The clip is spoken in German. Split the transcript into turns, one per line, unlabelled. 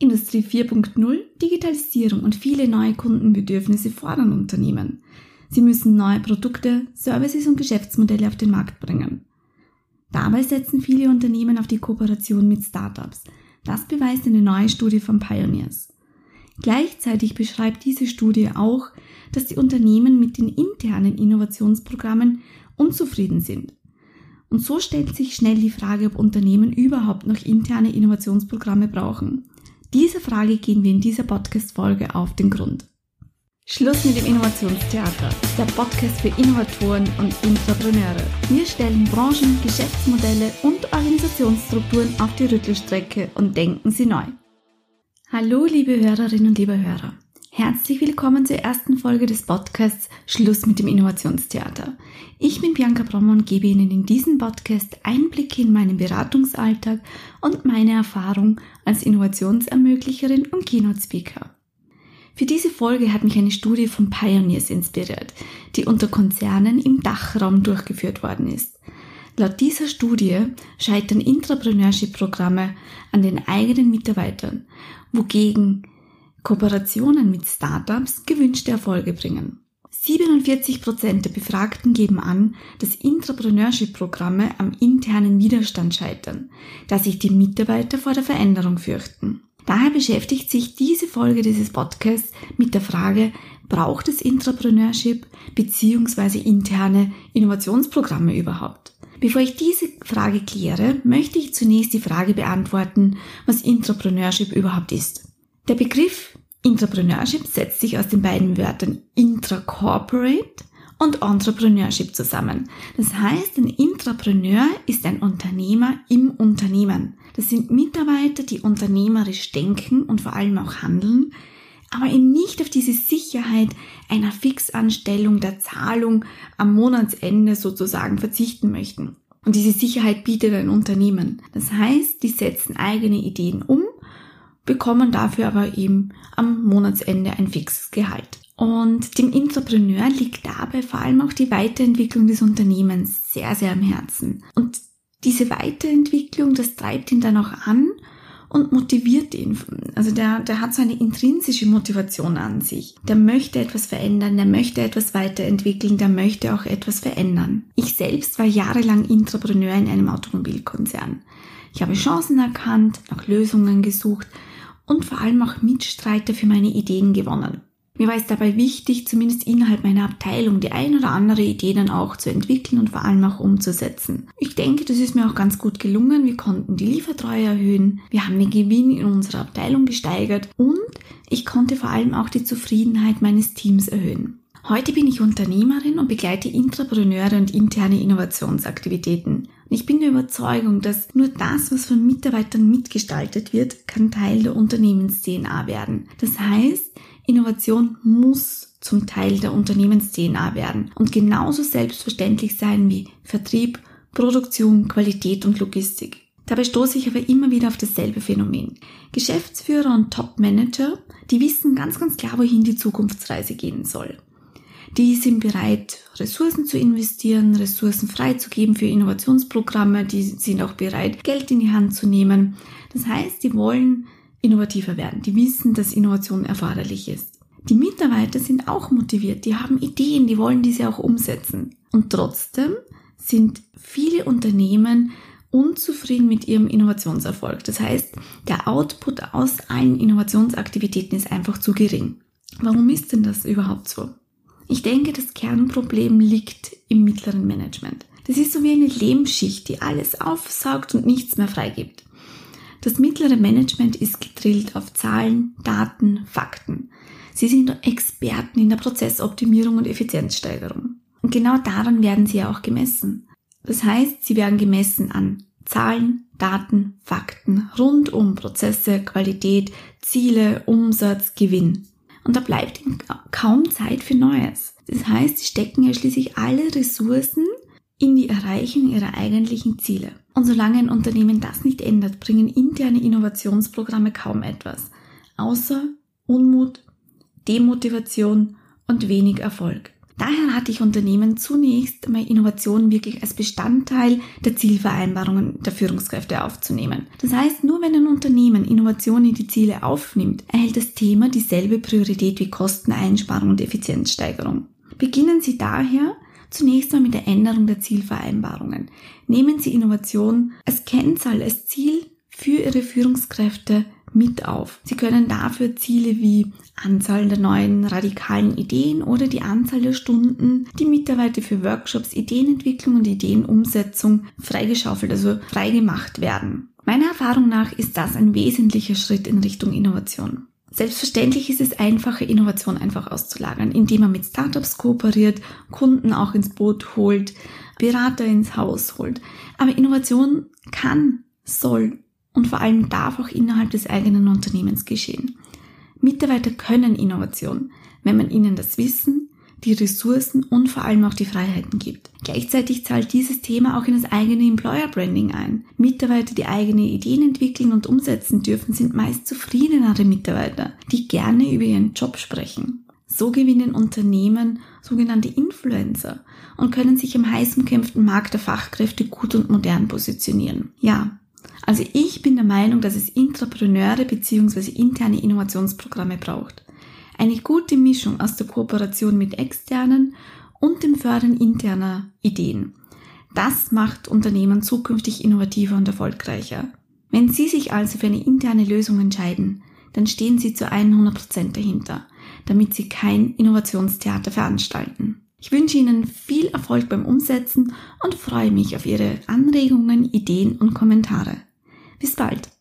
Industrie 4.0, Digitalisierung und viele neue Kundenbedürfnisse fordern Unternehmen. Sie müssen neue Produkte, Services und Geschäftsmodelle auf den Markt bringen. Dabei setzen viele Unternehmen auf die Kooperation mit Startups. Das beweist eine neue Studie von Pioneers. Gleichzeitig beschreibt diese Studie auch, dass die Unternehmen mit den internen Innovationsprogrammen unzufrieden sind. Und so stellt sich schnell die Frage, ob Unternehmen überhaupt noch interne Innovationsprogramme brauchen. Dieser Frage gehen wir in dieser Podcast-Folge auf den Grund. Schluss mit dem Innovationstheater, der Podcast für Innovatoren und Intrapreneure. Wir stellen Branchen, Geschäftsmodelle und Organisationsstrukturen auf die Rüttelstrecke und denken sie neu. Hallo liebe Hörerinnen und liebe Hörer. Herzlich willkommen zur ersten Folge des Podcasts Schluss mit dem Innovationstheater. Ich bin Bianca Brommer und gebe Ihnen in diesem Podcast Einblicke in meinen Beratungsalltag und meine Erfahrung als Innovationsermöglicherin und Keynote-Speaker. Für diese Folge hat mich eine Studie von Pioneers inspiriert, die unter Konzernen im Dachraum durchgeführt worden ist. Laut dieser Studie scheitern Intrapreneurship-Programme an den eigenen Mitarbeitern, wogegen Kooperationen mit Startups gewünschte Erfolge bringen. 47% der Befragten geben an, dass Intrapreneurship-Programme am internen Widerstand scheitern, da sich die Mitarbeiter vor der Veränderung fürchten. Daher beschäftigt sich diese Folge dieses Podcasts mit der Frage, braucht es Intrapreneurship bzw. interne Innovationsprogramme überhaupt? Bevor ich diese Frage kläre, möchte ich zunächst die Frage beantworten, was Intrapreneurship überhaupt ist. Der Begriff Intrapreneurship setzt sich aus den beiden Wörtern Intracorporate und Entrepreneurship zusammen. Das heißt, ein Intrapreneur ist ein Unternehmer im Unternehmen. Das sind Mitarbeiter, die unternehmerisch denken und vor allem auch handeln, aber eben nicht auf diese Sicherheit einer Fixanstellung der Zahlung am Monatsende sozusagen verzichten möchten. Und diese Sicherheit bietet ein Unternehmen. Das heißt, die setzen eigene Ideen um, bekommen dafür aber eben am Monatsende ein fixes Gehalt. Und dem Intrapreneur liegt dabei vor allem auch die Weiterentwicklung des Unternehmens sehr, sehr am Herzen. Und diese Weiterentwicklung, das treibt ihn dann auch an und motiviert ihn. Also der hat so eine intrinsische Motivation an sich. Der möchte etwas verändern, der möchte etwas weiterentwickeln, der möchte auch etwas verändern. Ich selbst war jahrelang Intrapreneur in einem Automobilkonzern. Ich habe Chancen erkannt, nach Lösungen gesucht und vor allem auch Mitstreiter für meine Ideen gewonnen. Mir war es dabei wichtig, zumindest innerhalb meiner Abteilung die ein oder andere Idee dann auch zu entwickeln und vor allem auch umzusetzen. Ich denke, das ist mir auch ganz gut gelungen. Wir konnten die Liefertreue erhöhen, wir haben den Gewinn in unserer Abteilung gesteigert und ich konnte vor allem auch die Zufriedenheit meines Teams erhöhen. Heute bin ich Unternehmerin und begleite Intrapreneure und interne Innovationsaktivitäten. Und ich bin der Überzeugung, dass nur das, was von Mitarbeitern mitgestaltet wird, kann Teil der Unternehmens-DNA werden. Das heißt, Innovation muss zum Teil der Unternehmens-DNA werden und genauso selbstverständlich sein wie Vertrieb, Produktion, Qualität und Logistik. Dabei stoße ich aber immer wieder auf dasselbe Phänomen. Geschäftsführer und Top-Manager, die wissen ganz, ganz klar, wohin die Zukunftsreise gehen soll. Die sind bereit, Ressourcen zu investieren, Ressourcen freizugeben für Innovationsprogramme, die sind auch bereit, Geld in die Hand zu nehmen. Das heißt, die wollen innovativer werden, die wissen, dass Innovation erforderlich ist. Die Mitarbeiter sind auch motiviert, die haben Ideen, die wollen diese auch umsetzen. Und trotzdem sind viele Unternehmen unzufrieden mit ihrem Innovationserfolg. Das heißt, der Output aus allen Innovationsaktivitäten ist einfach zu gering. Warum ist denn das überhaupt so? Ich denke, das Kernproblem liegt im mittleren Management. Das ist so wie eine Lehmschicht, die alles aufsaugt und nichts mehr freigibt. Das mittlere Management ist gedrillt auf Zahlen, Daten, Fakten. Sie sind Experten in der Prozessoptimierung und Effizienzsteigerung. Und genau daran werden sie ja auch gemessen. Das heißt, sie werden gemessen an Zahlen, Daten, Fakten rund um Prozesse, Qualität, Ziele, Umsatz, Gewinn. Und da bleibt ihnen kaum Zeit für Neues. Das heißt, sie stecken ja schließlich alle Ressourcen in die Erreichung ihrer eigentlichen Ziele. Und solange ein Unternehmen das nicht ändert, bringen interne Innovationsprogramme kaum etwas, außer Unmut, Demotivation und wenig Erfolg. Daher rate ich Unternehmen zunächst einmal Innovation wirklich als Bestandteil der Zielvereinbarungen der Führungskräfte aufzunehmen. Das heißt, nur wenn ein Unternehmen Innovation in die Ziele aufnimmt, erhält das Thema dieselbe Priorität wie Kosteneinsparung und Effizienzsteigerung. Beginnen Sie daher zunächst mal mit der Änderung der Zielvereinbarungen. Nehmen Sie Innovation als Kennzahl, als Ziel für Ihre Führungskräfte mit auf. Sie können dafür Ziele wie Anzahl der neuen radikalen Ideen oder die Anzahl der Stunden, die Mitarbeiter für Workshops, Ideenentwicklung und Ideenumsetzung freigeschaufelt, also freigemacht werden. Meiner Erfahrung nach ist das ein wesentlicher Schritt in Richtung Innovation. Selbstverständlich ist es einfacher, Innovation einfach auszulagern, indem man mit Startups kooperiert, Kunden auch ins Boot holt, Berater ins Haus holt. Aber Innovation kann, soll und vor allem darf auch innerhalb des eigenen Unternehmens geschehen. Mitarbeiter können Innovation, wenn man ihnen das Wissen, die Ressourcen und vor allem auch die Freiheiten gibt. Gleichzeitig zahlt dieses Thema auch in das eigene Employer Branding ein. Mitarbeiter, die eigene Ideen entwickeln und umsetzen dürfen, sind meist zufriedenere Mitarbeiter, die gerne über ihren Job sprechen. So gewinnen Unternehmen sogenannte Influencer und können sich am heiß umkämpften Markt der Fachkräfte gut und modern positionieren. Ja, also ich bin der Meinung, dass es Intrapreneure bzw. interne Innovationsprogramme braucht. Eine gute Mischung aus der Kooperation mit externen und dem Fördern interner Ideen. Das macht Unternehmen zukünftig innovativer und erfolgreicher. Wenn Sie sich also für eine interne Lösung entscheiden, dann stehen Sie zu 100% dahinter, damit Sie kein Innovationstheater veranstalten. Ich wünsche Ihnen viel Erfolg beim Umsetzen und freue mich auf Ihre Anregungen, Ideen und Kommentare. Bis bald!